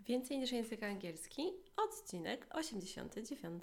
Więcej niż język angielski, odcinek 89.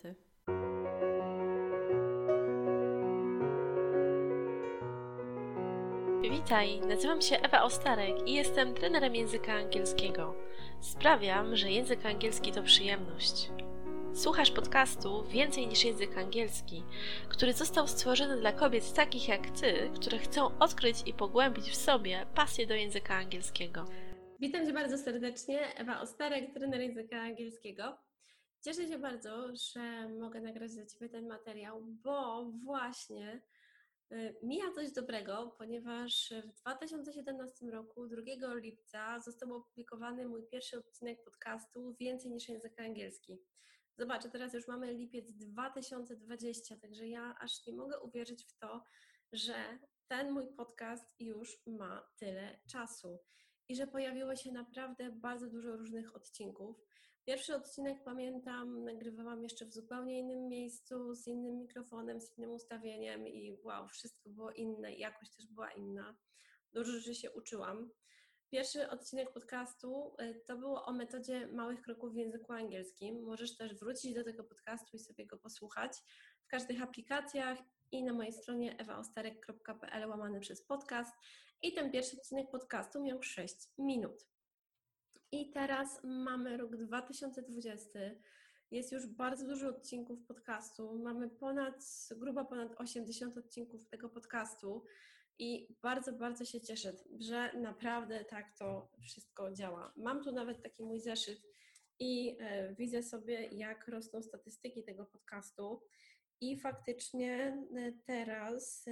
Witaj, nazywam się Ewa Ostarek i jestem trenerem języka angielskiego. Sprawiam, że język angielski to przyjemność. Słuchasz podcastu Więcej niż język angielski, który został stworzony dla kobiet takich jak Ty, które chcą odkryć i pogłębić w sobie pasję do języka angielskiego. Witam Cię bardzo serdecznie, Ewa Ostarek, trener języka angielskiego. Cieszę się bardzo, że mogę nagrać dla Ciebie ten materiał, bo właśnie mija coś dobrego, ponieważ w 2017 roku, 2 lipca, został opublikowany mój pierwszy odcinek podcastu Więcej niż język angielski. Zobaczcie, teraz już mamy lipiec 2020, także ja aż nie mogę uwierzyć w to, że ten mój podcast już ma tyle czasu i że pojawiło się naprawdę bardzo dużo różnych odcinków. Pierwszy odcinek, pamiętam, nagrywałam jeszcze w zupełnie innym miejscu, z innym mikrofonem, z innym ustawieniem i wow, wszystko było inne i jakość też była inna. Dużo rzeczy się uczyłam. Pierwszy odcinek podcastu to było o metodzie małych kroków w języku angielskim. Możesz też wrócić do tego podcastu i sobie go posłuchać w każdych aplikacjach i na mojej stronie ewaostarek.pl/podcast. I ten pierwszy odcinek podcastu miał 6 minut. I teraz mamy rok 2020. Jest już bardzo dużo odcinków podcastu. Mamy grubo ponad 80 odcinków tego podcastu i bardzo, bardzo się cieszę, że naprawdę tak to wszystko działa. Mam tu nawet taki mój zeszyt i widzę sobie, jak rosną statystyki tego podcastu. I faktycznie teraz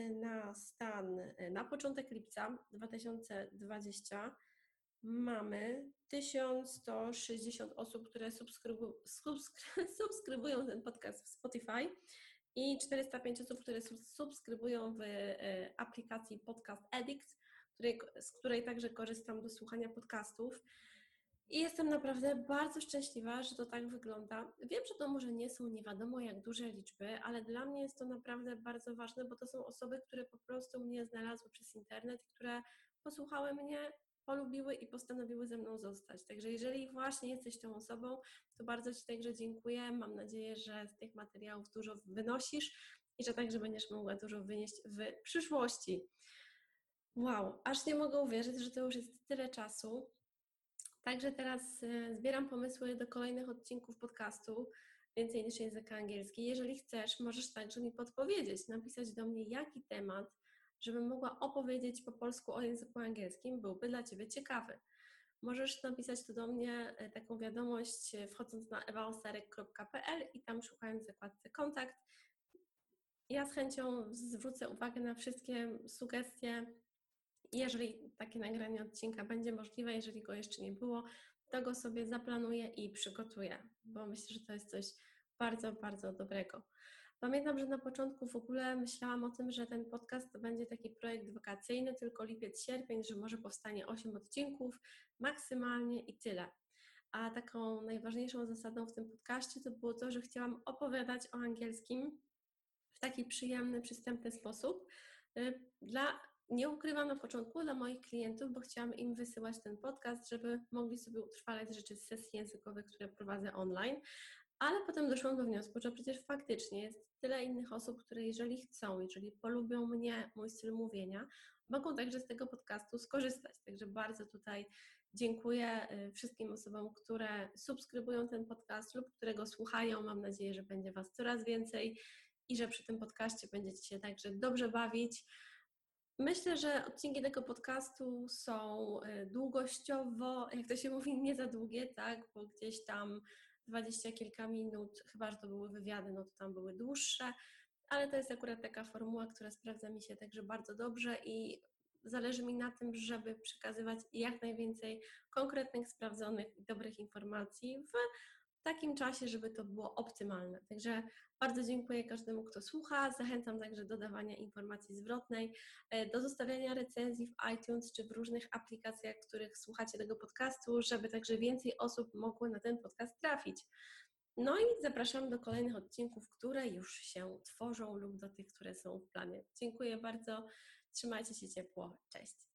na początek lipca 2020 mamy 1160 osób, które subskrybują ten podcast w Spotify i 405 osób, które subskrybują w aplikacji Podcast Addict, z której także korzystam do słuchania podcastów. I jestem naprawdę bardzo szczęśliwa, że to tak wygląda. Wiem, że to może nie są nie wiadomo jak duże liczby, ale dla mnie jest to naprawdę bardzo ważne, bo to są osoby, które po prostu mnie znalazły przez internet, które posłuchały mnie, polubiły i postanowiły ze mną zostać. Także jeżeli właśnie jesteś tą osobą, to bardzo Ci także dziękuję. Mam nadzieję, że z tych materiałów dużo wynosisz i że także będziesz mogła dużo wynieść w przyszłości. Wow, aż nie mogę uwierzyć, że to już jest tyle czasu. Także teraz zbieram pomysły do kolejnych odcinków podcastu Więcej niż język angielski. Jeżeli chcesz, możesz także mi podpowiedzieć, napisać do mnie, jaki temat, żebym mogła opowiedzieć po polsku o języku angielskim, byłby dla Ciebie ciekawy. Możesz napisać tu do mnie taką wiadomość, wchodząc na ewaostarek.pl i tam szukając w zakładce kontakt. Ja z chęcią zwrócę uwagę na wszystkie sugestie. Jeżeli takie nagranie odcinka będzie możliwe, jeżeli go jeszcze nie było, to go sobie zaplanuję i przygotuję, bo myślę, że to jest coś bardzo, bardzo dobrego. Pamiętam, że na początku w ogóle myślałam o tym, że ten podcast to będzie taki projekt wakacyjny, tylko lipiec, sierpień, że może powstanie 8 odcinków maksymalnie i tyle. A taką najważniejszą zasadą w tym podcaście to było to, że chciałam opowiadać o angielskim w taki przyjemny, przystępny sposób. Nie ukrywam na początku dla moich klientów, bo chciałam im wysyłać ten podcast, żeby mogli sobie utrwalać rzeczy z sesji językowych, które prowadzę online, ale potem doszłam do wniosku, że przecież faktycznie jest tyle innych osób, które jeżeli chcą, jeżeli polubią mnie, mój styl mówienia, mogą także z tego podcastu skorzystać. Także bardzo tutaj dziękuję wszystkim osobom, które subskrybują ten podcast lub którego słuchają. Mam nadzieję, że będzie Was coraz więcej i że przy tym podcaście będziecie się także dobrze bawić. Myślę, że odcinki tego podcastu są długościowo, jak to się mówi, nie za długie, tak, bo gdzieś tam 20 kilka minut, chyba że to były wywiady, no to tam były dłuższe, ale to jest akurat taka formuła, która sprawdza mi się także bardzo dobrze i zależy mi na tym, żeby przekazywać jak najwięcej konkretnych, sprawdzonych i dobrych informacji w takim czasie, żeby to było optymalne. Także bardzo dziękuję każdemu, kto słucha. Zachęcam także do dawania informacji zwrotnej, do zostawiania recenzji w iTunes czy w różnych aplikacjach, w których słuchacie tego podcastu, żeby także więcej osób mogło na ten podcast trafić. No i zapraszam do kolejnych odcinków, które już się tworzą lub do tych, które są w planie. Dziękuję bardzo. Trzymajcie się ciepło. Cześć.